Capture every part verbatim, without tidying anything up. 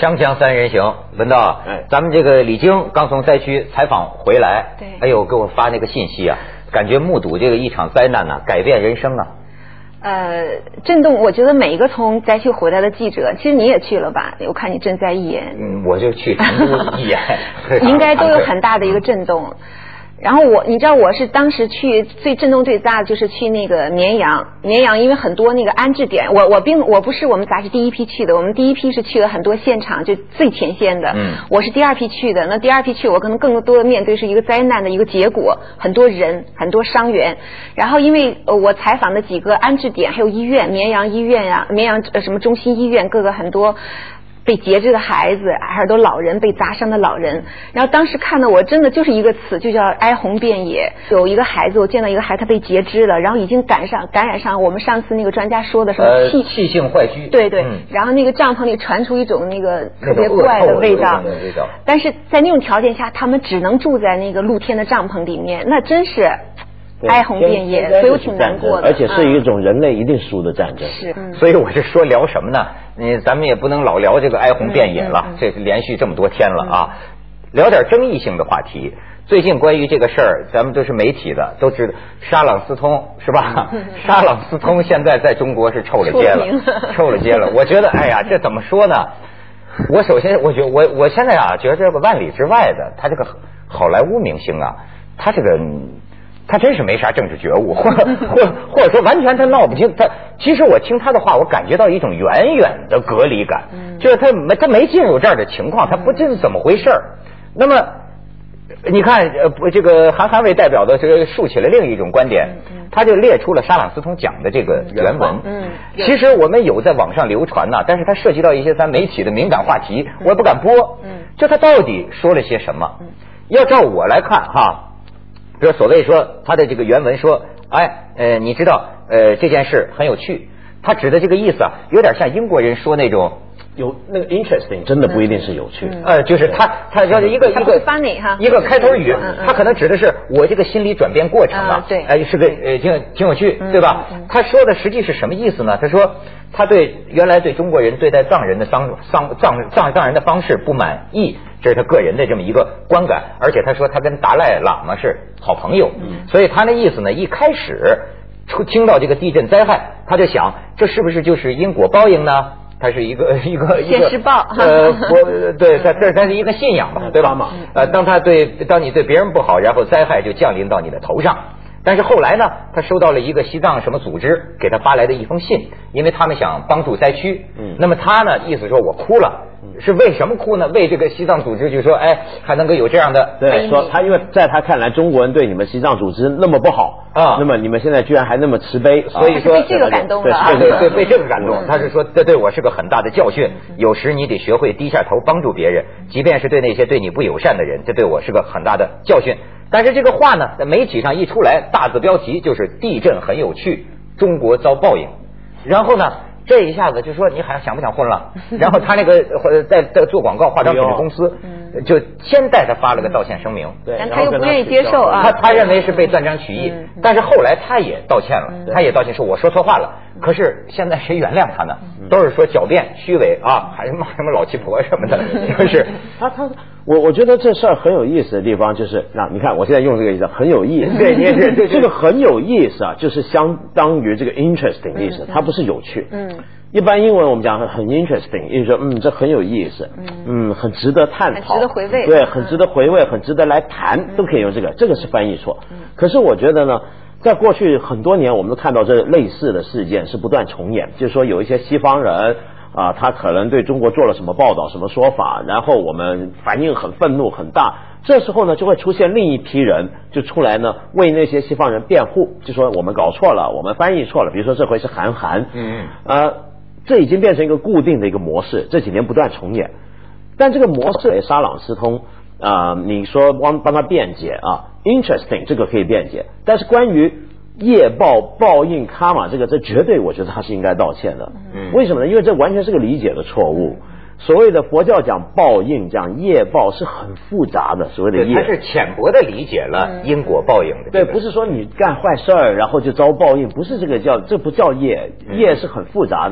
锵锵三人行，文道， 哎， 咱们这个李菁刚从灾区采访回来， 对， 哎呦，给我发那个信息啊，感觉目睹这个一场灾难呐、啊，改变人生啊。 呃，震动，我觉得每一个从灾区回来的记者，其实你也去了吧？我看你赈灾义演， 嗯，我就去成都义演， 应该都有很大的一个震动。然后我，你知道我是当时去最震动最大的就是去那个绵阳，绵阳因为很多那个安置点，我我并我不是我们杂志第一批去的，我们第一批是去了很多现场，就最前线的，嗯，我是第二批去的。那第二批去，我可能更多的面对是一个灾难的一个结果，很多人，很多伤员。然后因为呃我采访的几个安置点，还有医院，绵阳医院呀、啊，绵阳呃什么中心医院，各个很多。被截肢的孩子，很多老人被砸伤的老人，然后当时看到我真的就是一个词，就叫哀鸿遍野。有一个孩子，我见到一个孩子他被截肢了，然后已经感上感染上我们上次那个专家说的什么气、 呃、气性坏疽， 对对、 嗯， 然后那个帐篷里传出一种那个特别怪的味道， 那个味道， 但是在那种条件下，他们只能住在那个露天的帐篷里面，那真是哀鸿遍野，所以我挺难过的， 而且是一种人类一定输的战争。 是、嗯， 所以我是说聊什么呢？你咱们也不能老聊这个哀鸿遍野了，嗯嗯、这是连续这么多天了啊，嗯、聊点争议性的话题。最近关于这个事儿，咱们都是媒体的，都知道沙朗斯通是吧？嗯、沙朗斯通现在在中国是臭了街了，臭了街了。我觉得，哎呀，这怎么说呢？我首先，我觉得我我现在啊，觉得这个万里之外的他这个好莱坞明星啊，他这个。他真是没啥政治觉悟，或或或者说完全他闹不清。他其实我听他的话，我感觉到一种远远的隔离感，嗯、就是他没他没进入这儿的情况，他不知道怎么回事儿。那么你看，呃，这个韩寒为代表的这个竖起了另一种观点，嗯、他就列出了沙朗斯通讲的这个原文。嗯，其实我们有在网上流传呐、啊，但是他涉及到一些咱媒体的敏感话题，我也不敢播。嗯，就他到底说了些什么？要照我来看哈。比如所谓说他的这个原文说，哎，呃，你知道，呃，这件事很有趣。他指的这个意思啊，有点像英国人说那种有那个 interesting， 真的不一定是有趣。 嗯、 呃，就是他他要一个一个 funny 哈， 一个开头语，嗯嗯、他可能指的是我这个心理转变过程啊， 嗯、对， 哎，是个呃挺挺有趣，对吧？嗯嗯、他说的实际是什么意思呢？他说他对原来对中国人对待藏人的丧丧藏藏藏人的方式不满意。这是他个人的这么一个观感，而且他说他跟达赖喇嘛是好朋友，嗯、所以他那意思呢，一开始听到这个地震灾害，他就想这是不是就是因果报应呢？它是一个一个一个现实报， 呃，我对它这它是一个信仰吧，对吧？呃，当他对当你对别人不好，然后灾害就降临到你的头上。但是后来呢，他收到了一个西藏什么组织给他发来的一封信，因为他们想帮助灾区。嗯，那么他呢，意思说我哭了，是为什么哭呢？为这个西藏组织就说，哎，还能够有这样的对，说他因为在他看来，中国人对你们西藏组织那么不好啊，那么你们现在居然还那么慈悲， 所以说被这个感动了， 对对对，被这个感动。他是说，这对我是个很大的教训。有时你得学会低下头帮助别人，即便是对那些对你不友善的人，这对我是个很大的教训。但是这个话呢，在媒体上一出来，大字标题就是地震很有趣，中国遭报应。然后呢，这一下子就说你还想不想混了？然后他那个在在做广告化妆品的公司，就先带他发了个道歉声明， 对，但他又不愿意接受啊， 他他认为是被断章取义，但是后来他也道歉了，他也道歉说我说错话了。可是现在谁原谅他呢？都是说狡辩、虚伪啊，还是骂什么老七婆什么的，就是他他。我我觉得这事儿很有意思的地方就是，那你看我现在用这个意思很有意思， 对，你是这个很有意思啊，就是相当于这个 interesting 的意思，它不是有趣。嗯，一般英文我们讲很 interesting， 意思说嗯这很有意思，嗯很值得探讨， 很值得回味， 对，很值得回味，很值得来谈，都可以用这个，这个是翻译错。可是我觉得呢，在过去很多年，我们都看到这类似的事件是不断重演，就是说有一些西方人。啊，他可能对中国做了什么报道、什么说法，然后我们反应很愤怒很大，这时候呢就会出现另一批人就出来呢为那些西方人辩护，就说我们搞错了，我们翻译错了，比如说这回是韩寒，嗯，呃，这已经变成一个固定的一个模式，这几年不断重演，但这个模式沙朗斯通啊、呃，你说帮帮他辩解啊 ，interesting 这个可以辩解，但是关于业报报应卡玛这个，这绝对我觉得他是应该道歉的。嗯，为什么呢？因为这完全是个理解的错误。所谓的佛教讲报应，讲业报是很复杂的。所谓的业， 他是浅薄的理解了因果报应的、这个。 对，不是说你干坏事儿然后就遭报应，不是这个叫，这不叫业，业是很复杂的。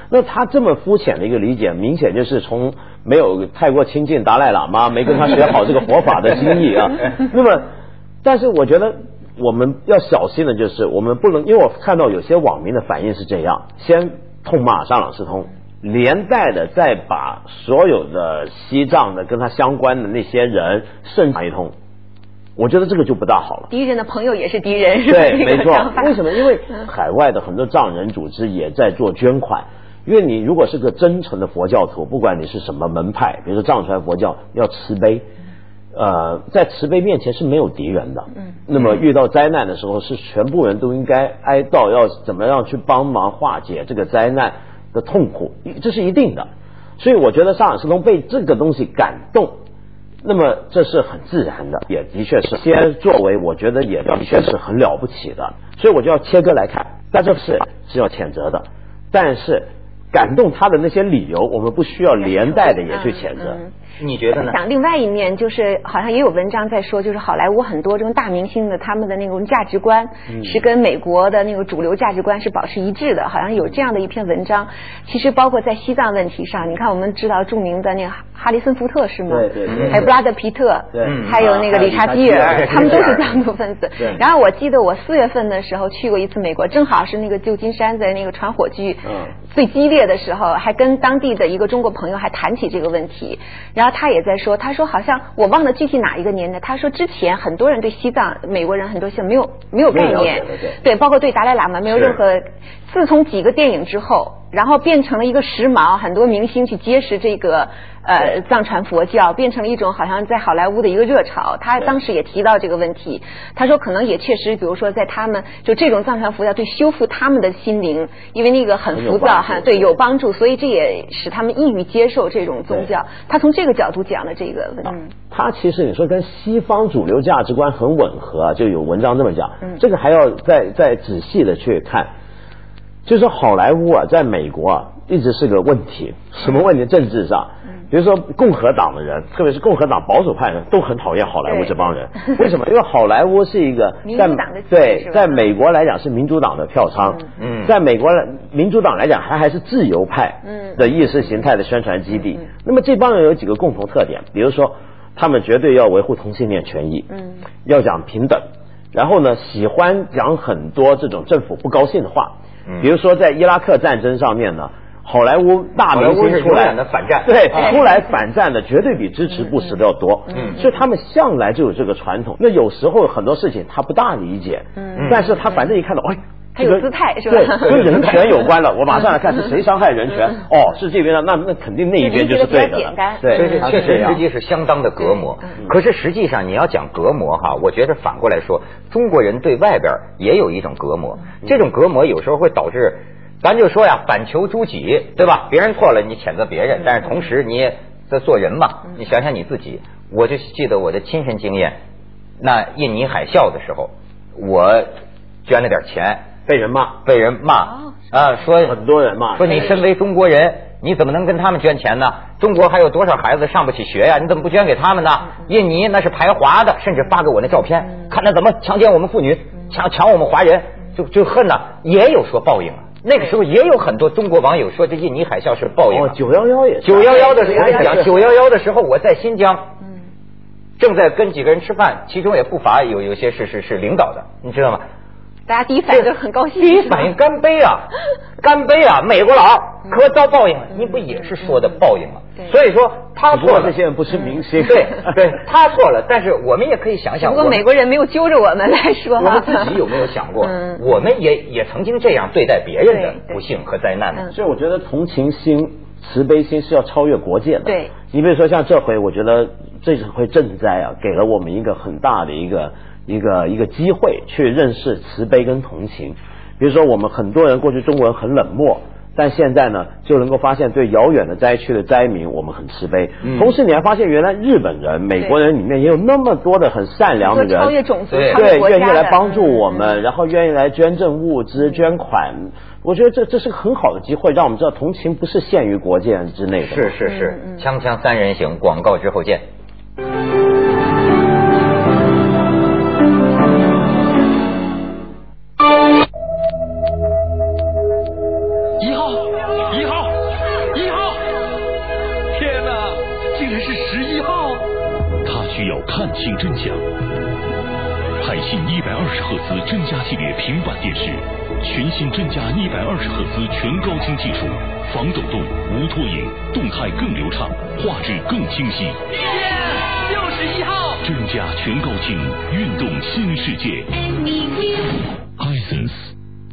那他这么肤浅的一个理解，明显就是从没有太过亲近达赖喇嘛，没跟他学好这个佛法的心意啊。那么，但是我觉得我们要小心的就是，我们不能，因为我看到有些网民的反应是这样，先痛骂沙朗斯通，连带的再把所有的西藏的跟他相关的那些人甚至一通。我觉得这个就不大好了。 敌人的朋友也是敌人，是吧？ 对，没错。为什么？因为海外的很多藏人组织也在做捐款。因为你如果是个真诚的佛教徒，不管你是什么门派，比如说藏传佛教，要慈悲。呃，在慈悲面前是没有敌人的。嗯。那么遇到灾难的时候，是全部人都应该哀悼，要怎么样去帮忙化解这个灾难的痛苦，这是一定的。所以我觉得沙朗斯通被这个东西感动。那么这是很自然的，也的确是些作为，我觉得也的确是很了不起的，所以我就要切割来看，但这是是要谴责的，但是感动他的那些理由，我们不需要连带的也去谴责。 嗯嗯你觉得呢？ 讲另外一面，就是好像也有文章在说，就是好莱坞很多这种大明星的他们的那种价值观、嗯、是跟美国的那个主流价值观是保持一致的，好像有这样的一篇文章。其实包括在西藏问题上，你看我们知道著名的那个哈里森福特是吗？ 对对对。 还有布拉德皮特， 对， 还有那个理查基尔，他们都是藏族分子。然后我记得我四月份的时候去过一次美国，正好是那个旧金山在那个传火炬、嗯、最激烈的时候，还跟当地的一个中国朋友还谈起这个问题，然后他也在说，他说好像我忘了具体哪一个年代，他说之前很多人对西藏，美国人很多西藏没有没有概念，对，包括对达赖喇嘛没有任何。自从几个电影之后，然后变成了一个时髦，很多明星去揭示这个呃藏传佛教，变成了一种好像在好莱坞的一个热潮。他当时也提到这个问题，他说可能也确实，比如说在他们就这种藏传佛教对修复他们的心灵，因为那个很浮躁，很对有帮助，所以这也使他们易于接受这种宗教。他从这个角度讲了这个问题。嗯、 他其实你说跟西方主流价值观很吻合，就有文章这么讲，嗯、这个还要再再仔细的去看。就是好莱坞啊，在美国啊，一直是个问题。什么问题？政治上，比如说共和党的人，特别是共和党保守派人都很讨厌好莱坞这帮人。为什么？因为好莱坞是一个在对，在美国来讲是民主党的票仓，嗯，在美国民主党来讲还还是自由派的意识形态的宣传基地。那么这帮人有几个共同特点，比如说他们绝对要维护同性恋权益，嗯，要讲平等，然后呢，喜欢讲很多这种政府不高兴的话。比如说在伊拉克战争上面呢，好莱坞大明星出来的反战， 对，出来反战的绝对比支持布什的要多，嗯，所以他们向来就有这个传统。那有时候很多事情他不大理解，嗯，但是他反正一看到，哎， 他有姿态是吧？ 对，跟人权有关了，我马上来看是谁伤害人权，哦，是这边的，那那肯定那一边就是对的了， 对， 所以确实实际是相当的隔膜。可是实际上你要讲隔膜哈，我觉得反过来说，中国人对外边也有一种隔膜，这种隔膜有时候会导致。咱就说呀，反求诸己，对吧？别人错了，你谴责别人，但是同时你也在做人嘛。你想想你自己，我就记得我的亲身经验，那印尼海啸的时候，我捐了点钱， 被人骂， 被人骂啊，说很多人骂， 说你身为中国人，你怎么能跟他们捐钱呢？中国还有多少孩子上不起学呀？你怎么不捐给他们呢？印尼那是排华的，甚至发给我那照片，看他怎么强奸我们妇女，抢抢我们华人，就就恨呐，也有说报应啊。那个时候也有很多中国网友说这印尼海啸是报应。 哦，九幺幺也是。 九幺幺的时候，我跟你讲，九幺幺的时候我在新疆，嗯，正在跟几个人吃饭，其中也不乏有有些是是是领导的，你知道吗？ 大家第一反应就很高兴。 第一反应干杯啊，干杯啊！美国佬可遭报应了，你不也是说的报应吗？所以说他错了， 这些人不是明星， 对对，他错了。但是我们也可以想想， 如果美国人没有揪着我们来说， 我们自己有没有想过，我们也也曾经这样对待别人的不幸和灾难呢？ 所以我觉得同情心、慈悲心是要超越国界的。 对， 你比如说像这回，我觉得这回赈灾啊，给了我们一个很大的一个一个一个机会，去认识慈悲跟同情。比如说，我们很多人过去中国人很冷漠。但现在呢，就能够发现对遥远的灾区的灾民，我们很慈悲。嗯、同时，你还发现原来日本人、美国人里面也有那么多的很善良的人， 超越种族， 对，愿意来帮助我们，嗯、然后愿意来捐赠物资、捐款。我觉得这这是个很好的机会，让我们知道同情不是限于国界之内的。 是是是，嗯嗯、锵锵三人行，广告之后见。 一号，一号。 需要看清真相。海信一百二十赫兹真家系列平板电视，全新真家一百二十赫兹全高清技术，防抖动、无拖影，动态更流畅，画质更清晰。 六十一号真家全高清，运动新世界。Hisense。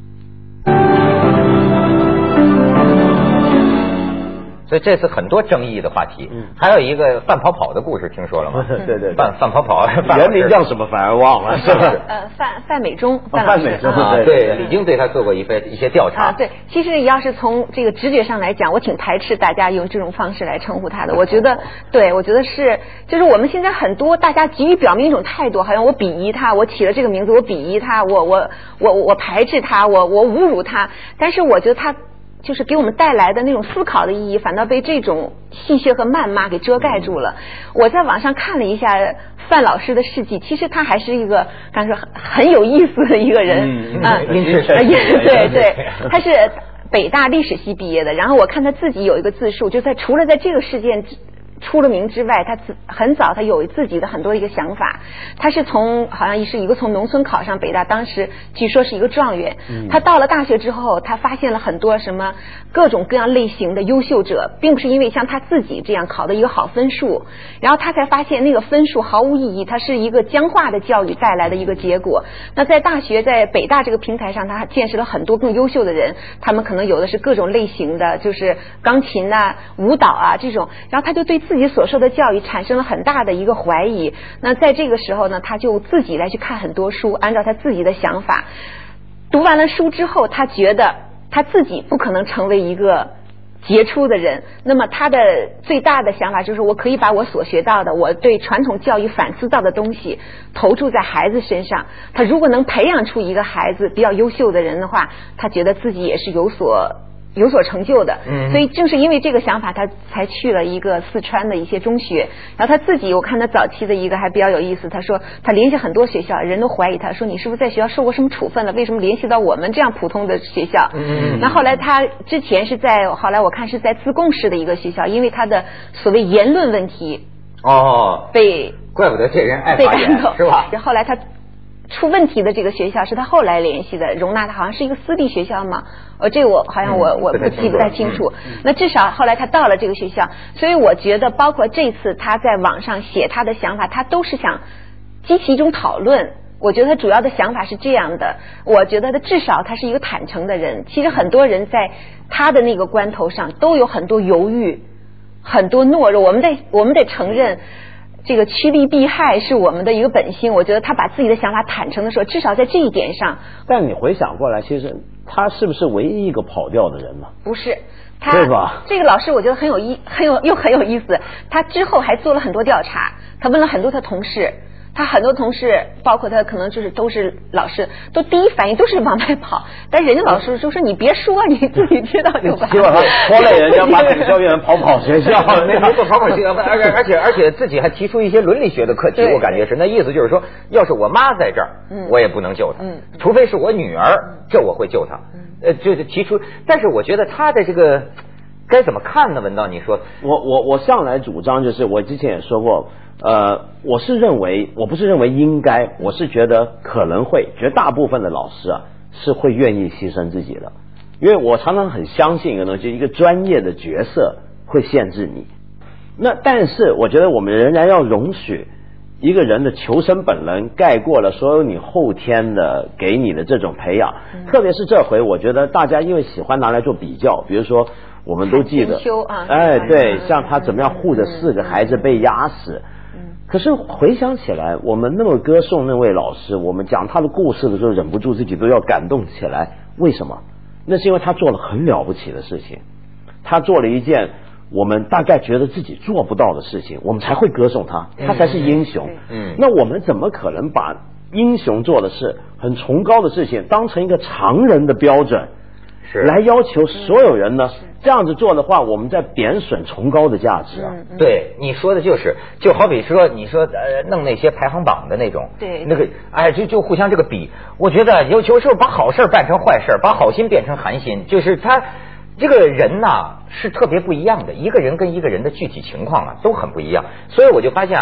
所以这次很多争议的话题，嗯，还有一个范跑跑的故事，听说了吗？ 对对， 范范跑跑， 原名叫什么反而忘了，是不是？ 呃，范范美忠， 范美忠啊，对，已经对他做过一些一些调查。 啊，对，其实要是从这个直觉上来讲，我挺排斥大家用这种方式来称呼他的。我觉得，对，我觉得是，就是我们现在很多大家急于表明一种态度，好像我鄙夷他，我起了这个名字，我鄙夷他，我我我我排斥他，我我侮辱他。但是我觉得他就是给我们带来的那种思考的意义，反倒被这种戏谑和谩骂给遮盖住了。我在网上看了一下范老师的事迹，其实他还是一个刚才说很有意思的一个人， 嗯，啊， 对对，他是北大历史系毕业的。然后我看他自己有一个自述，就在除了在这个事件出了名之外，他自很早他有自己的很多一个想法。他是从好像是一个从农村考上北大，当时据说是一个状元。嗯、他到了大学之后，他发现了很多什么各种各样类型的优秀者，并不是因为像他自己这样考的一个好分数，然后他才发现那个分数毫无意义，它是一个僵化的教育带来的一个结果。那在大学在北大这个平台上，他见识了很多更优秀的人，他们可能有的是各种类型的，就是钢琴啊、舞蹈啊这种，然后他就对自己所受的教育产生了很大的一个怀疑。那在这个时候呢，他就自己来去看很多书，按照他自己的想法，读完了书之后，他觉得他自己不可能成为一个杰出的人。那么他的最大的想法就是，我可以把我所学到的，我对传统教育反思到的东西投注在孩子身上。他如果能培养出一个孩子比较优秀的人的话，他觉得自己也是有所有所成就的。嗯，所以正是因为这个想法，他才去了一个四川的一些中学。然后他自己，我看他早期的一个还比较有意思，他说他联系很多学校，人都怀疑他，说你是不是在学校受过什么处分了？为什么联系到我们这样普通的学校？嗯，那后来他之前是在，后来我看是在自贡市的一个学校，因为他的所谓言论问题哦， 被怪不得这人爱发言是吧？ 后来他出问题的这个学校是他后来联系的，容纳他好像是一个私立学校嘛，呃，这个我好像我、嗯、我不记不太清楚。嗯、那至少后来他到了这个学校，所以我觉得包括这次他在网上写他的想法，他都是想激起一种讨论。我觉得他主要的想法是这样的，我觉得他至少他是一个坦诚的人。其实很多人在他的那个关头上都有很多犹豫，很多懦弱，我们得我们得承认。这个趋利避害是我们的一个本性，我觉得他把自己的想法坦诚的说，至少在这一点上。 但你回想过来，其实他是不是唯一一个跑掉的人呢？ 不是，他对吧？ 这个老师我觉得很有意，很有又很有意思。他之后还做了很多调查，他问了很多他同事。他很多同事，包括他可能就是都是老师，都第一反应都是往外跑，但人家老师就说你别说，你自己知道就完。 结果他拖累人家把警校园跑跑学校， 那没错，跑跑学校，而且而且而且自己还提出一些伦理学的课题，我感觉是那意思就是说，要是我妈在这儿，嗯、我也不能救她，嗯、除非是我女儿，这我会救她。嗯、呃，就是提出，但是我觉得他的这个该怎么看呢？文道，你说， 我我我向来主张就是，我之前也说过。呃，我是认为，我不是认为应该，我是觉得可能会，绝大部分的老师啊是会愿意牺牲自己的，因为我常常很相信一个东西，一个专业的角色会限制你。那但是我觉得我们仍然要容许一个人的求生本能盖过了所有你后天的给你的这种培养，嗯、特别是这回，我觉得大家因为喜欢拿来做比较，比如说我们都记得， 啊、 哎，对，像他怎么样护着四个孩子被压死。可是回想起来，我们那么歌颂那位老师，我们讲他的故事的时候，忍不住自己都要感动起来。为什么？那是因为他做了很了不起的事情，他做了一件我们大概觉得自己做不到的事情，我们才会歌颂他，他才是英雄。嗯，那我们怎么可能把英雄做的事、很崇高的事情当成一个常人的标准？是来要求所有人呢？这样子做的话，我们在贬损崇高的价值啊！ 嗯嗯、 对，你说的就是，就好比说，你说呃，弄那些排行榜的那种， 对， 那个哎，就就互相这个比，我觉得有有时候把好事办成坏事，把好心变成寒心，就是他这个人呐、啊、是特别不一样的，一个人跟一个人的具体情况啊都很不一样，所以我就发现啊。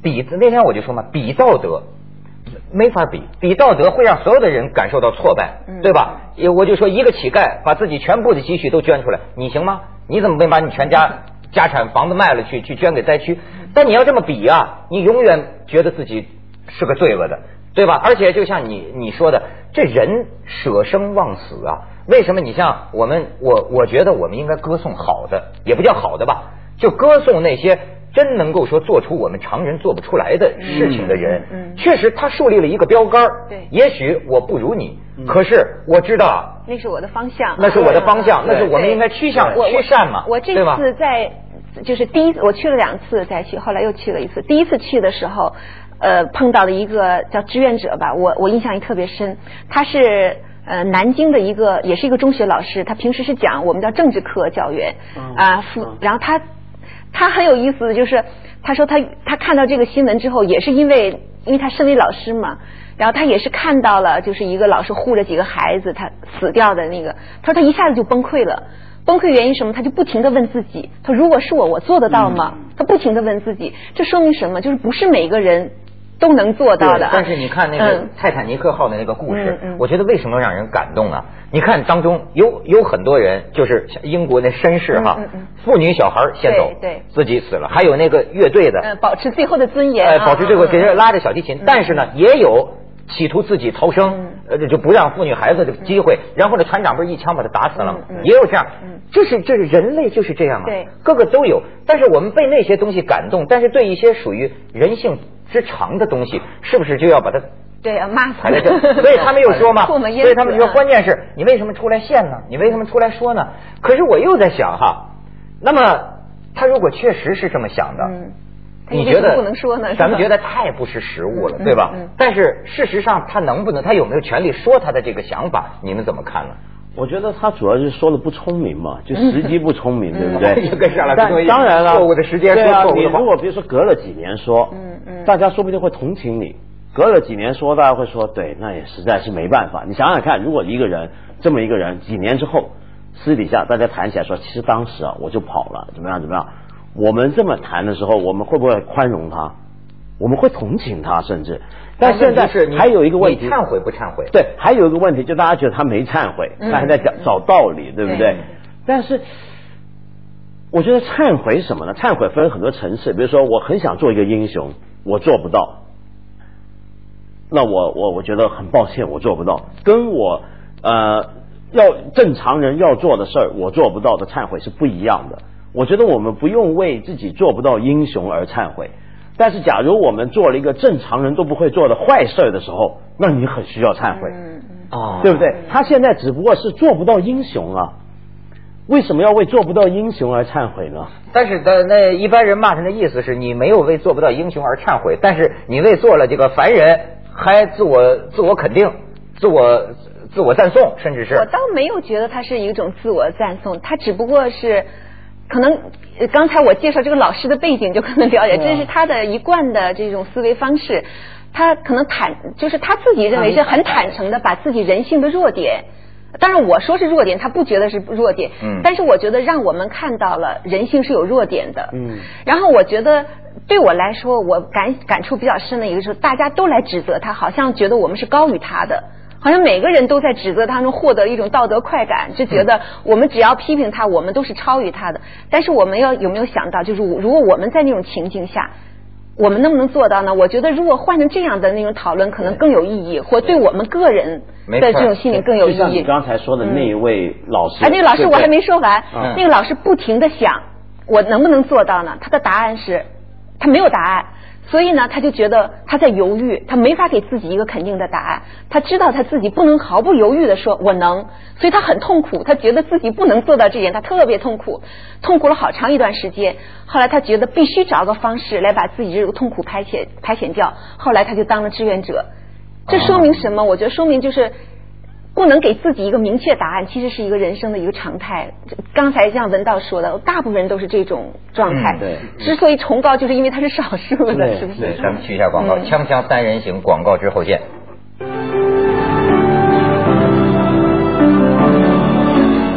比那天我就说嘛，比道德没法比，比道德会让所有的人感受到挫败，对吧？我就说一个乞丐把自己全部的积蓄都捐出来，你行吗？你怎么没把你全家家产房子卖了去去捐给灾区？但你要这么比啊，你永远觉得自己是个罪恶的，对吧？而且就像你你说的，这人舍生忘死啊，为什么你像我们我我觉得我们应该歌颂好的，也不叫好的吧，就歌颂那些真能够说做出我们常人做不出来的事情的人。嗯嗯、确实他树立了一个标杆，对，也许我不如你，嗯、可是我知道那是我的方向， 那是我的方向，那是我们应该趋向趋善嘛。 我这次在就是第一我去了两次再去，后来又去了一次。第一次去的时候呃碰到了一个叫志愿者吧，我我印象也特别深。他是呃南京的一个也是一个中学老师，他平时是讲我们叫政治课教员啊、嗯呃、然后他他很有意思的就是他说他他看到这个新闻之后，也是因为因为他身为老师嘛，然后他也是看到了就是一个老师护着几个孩子他死掉的那个，他说他一下子就崩溃了。崩溃原因什么？他就不停地问自己，他如果是我我做得到吗？嗯、他不停地问自己，这说明什么？就是不是每个人都能做到的。 但是你看那个泰坦尼克号的那个故事，嗯嗯、我觉得为什么让人感动啊？你看当中有有很多人，就是像英国那绅士哈，嗯嗯嗯、妇女小孩先走，对，对自己死了，还有那个乐队的， 呃，保持最后的尊严， 哎、呃，保持最后给人拉着小提琴，嗯、但是呢，也有企图自己逃生，呃、嗯，就不让妇女孩子的机会，嗯、然后呢，船长不是一枪把他打死了吗？嗯嗯、也有这样，嗯、就是就是人类就是这样啊，对，个个都有。但是我们被那些东西感动，但是对一些属于人性之常的东西，是不是就要把它对啊骂死了？所以他们又说嘛，所以他们就说，关键是你为什么出来献呢？你为什么出来说呢？可是我又在想哈，那么他如果确实是这么想的。嗯你觉得不能说呢？ 咱们觉得太不识时务了，对吧？嗯嗯、但是事实上，他能不能，他有没有权利说他的这个想法？你们怎么看呢？ 我觉得他主要就是说的不聪明嘛，就时机不聪明，嗯、对不对？ 又跟上了， 但当然了， 错误的时间说错误的话。 你如果比如说隔了几年说，嗯嗯，大家说不定会同情你。隔了几年说，大家会说，对，那也实在是没办法。你想想看，如果一个人这么一个人，几年之后私底下大家谈起来说，其实当时啊我就跑了，怎么样怎么样。我们这么谈的时候，我们会不会宽容他？我们会同情他，甚至。但现在是还有一个问题， 你忏悔不忏悔？ 对，还有一个问题，就大家觉得他没忏悔，他还在找找道理，对不对？但是我觉得忏悔什么呢？忏悔分很多层次，比如说我很想做一个英雄，我做不到，那我我我觉得很抱歉，我做不到。跟我呃要正常人要做的事儿，我做不到的忏悔是不一样的。我觉得我们不用为自己做不到英雄而忏悔，但是假如我们做了一个正常人都不会做的坏事的时候，那你很需要忏悔，嗯嗯、对不对？他现在只不过是做不到英雄啊，为什么要为做不到英雄而忏悔呢？ 但是的那一般人骂他的意思是你没有为做不到英雄而忏悔，但是你为做了这个凡人还自我自我肯定、自我自我赞颂，甚至是我倒没有觉得他是一种自我赞颂，他只不过是。可能刚才我介绍这个老师的背景就可能了解，这是他的一贯的这种思维方式。他可能坦，就是他自己认为是很坦诚的把自己人性的弱点，当然我说是弱点，他不觉得是弱点，嗯，但是我觉得让我们看到了人性是有弱点的，嗯。然后我觉得对我来说，我感感触比较深的一个是，大家都来指责他，好像觉得我们是高于他的。好像每个人都在指责他中获得一种道德快感，就觉得我们只要批评他，我们都是超于他的。但是我们要有没有想到，就是如果我们在那种情境下，我们能不能做到呢？我觉得如果换成这样的那种讨论，可能更有意义，或对我们个人的这种心理更有意义。 就像你刚才说的那一位老师， 哎、嗯，那个老师我还没说完，嗯、那个老师不停地想，我能不能做到呢？他的答案是，他没有答案。所以呢，他就觉得他在犹豫，他没法给自己一个肯定的答案。他知道他自己不能毫不犹豫地说我能，所以他很痛苦，他觉得自己不能做到这一点，他特别痛苦，痛苦了好长一段时间。后来他觉得必须找个方式来把自己这个痛苦排遣排遣掉，后来他就当了志愿者。这说明什么？我觉得说明就是不能给自己一个明确答案，其实是一个人生的一个常态。刚才像文道说的，大部分人都是这种状态。嗯、对，之所以崇高，就是因为他是少数的，是不是？ 对，咱们去一下广告，嗯、锵锵三人行，广告之后见。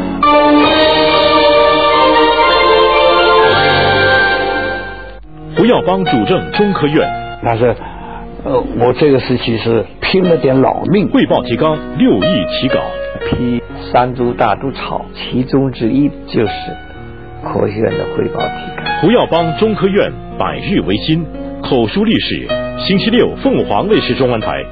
不要耀邦主政中科院。 他说，呃，我这个时期是拼了点老命。 汇报提纲六艺起稿， 批三株大毒草，其中之一就是科学院的汇报提纲。 胡耀邦中科院百日维新，口述历史，星期六凤凰卫视中文台。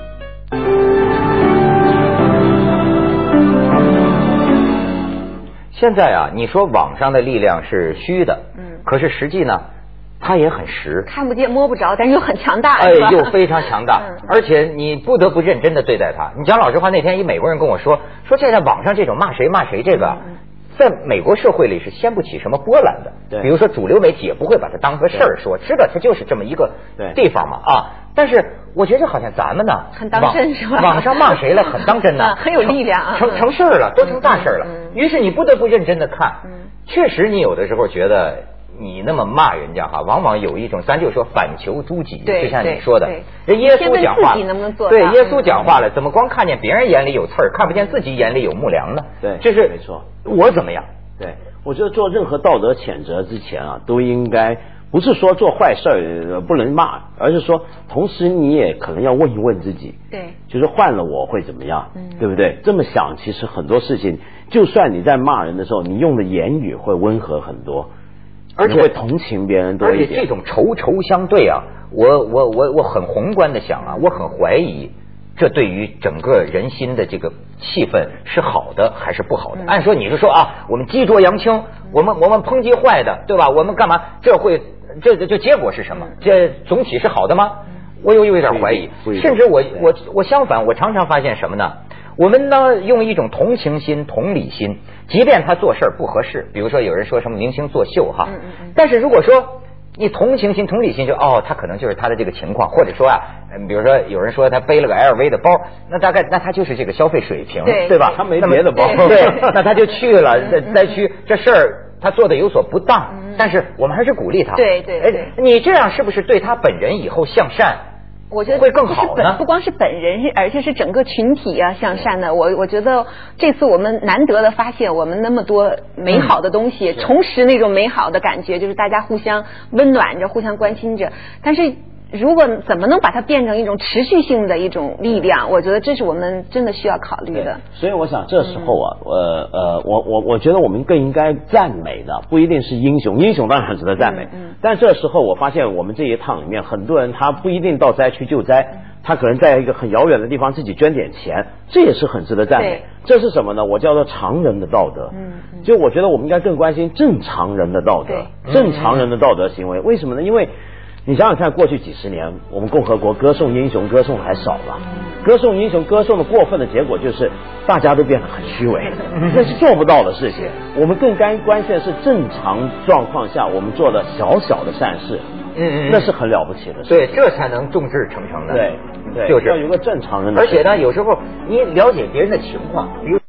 现在啊，你说网上的力量是虚的，嗯，可是实际呢，它也很实， 看不见摸不着，但是又很强大， 哎，又非常强大，嗯、而且你不得不认真的对待它。你讲老实话，那天一美国人跟我说，说这在网上这种骂谁骂谁这个。嗯，在美国社会里是掀不起什么波澜的， 对， 比如说主流媒体也不会把它当个事儿说，知道它就是这么一个地方嘛啊。但是我觉得好像咱们呢， 很当真是吧？ 网上骂谁了，很当真呢、 啊，很有力量， 成成事儿了，都成大事了。 嗯、 于是你不得不认真的看，嗯、确实你有的时候觉得你那么骂人家哈，往往有一种咱就说反求诸己，就像你说的，人耶稣讲话， 能不能做对，耶稣讲话了，怎么光看见别人眼里有刺儿，看不见自己眼里有木梁呢？ 对， 这是没错。 我怎么样？ 对，我觉得做任何道德谴责之前啊，都应该不是说做坏事儿不能骂，而是说同时你也可能要问一问自己， 对， 就是换了我会怎么样， 嗯， 对不对？这么想，其实很多事情，就算你在骂人的时候，你用的言语会温和很多， 而且会同情别人多一点。 而且这种仇仇相对啊，我我我我很宏观的想啊，我很怀疑。这对于整个人心的这个气氛是好的还是不好的？嗯、按说你是说啊，我们激浊扬清，我们我们抨击坏的，对吧？我们干嘛？这会这这结果是什么？这总体是好的吗？我有有一点怀疑，甚至我我我相反，我常常发现什么呢？我们呢用一种同情心、同理心，即便他做事不合适，比如说有人说什么明星作秀哈，但是如果说你同情心、同理心就哦，他可能就是他的这个情况，或者说啊，比如说有人说他背了个 L V 的包，那大概那他就是这个消费水平， 对, 对吧？ 他没别的包， 对，那他就去了灾区，这事儿他做的有所不当，嗯、但是我们还是鼓励他。 对对对， 哎，你这样是不是对他本人以后向善？ 我觉得会更好呢。 不光是本人，而且是整个群体啊向善的。我我觉得这次我们难得的发现，我们那么多美好的东西，嗯、重拾那种美好的感觉，就是大家互相温暖着，互相关心着。但是如果怎么能把它变成一种持续性的一种力量，我觉得这是我们真的需要考虑的。 所以我想这时候啊，呃呃，我我我觉得我们更应该赞美的，不一定是英雄，英雄当然很值得赞美。嗯嗯、但这时候我发现我们这一趟里面，很多人他不一定到灾区救灾，他可能在一个很遥远的地方自己捐点钱，这也是很值得赞美。这是什么呢？我叫做常人的道德。嗯嗯、就我觉得我们应该更关心正常人的道德，正常人的道德行为。为什么呢？因为你想想看，过去几十年，我们共和国歌颂英雄歌颂还少了，歌颂英雄歌颂的过分的结果就是大家都变得很虚伪，那是做不到的事情。我们更该关心的是正常状况下我们做的小小的善事，嗯嗯，那是很了不起的事。 对，这才能众志成城的。 对，对， 就是要有个正常人的。 而且呢，有时候你了解别人的情况，比如。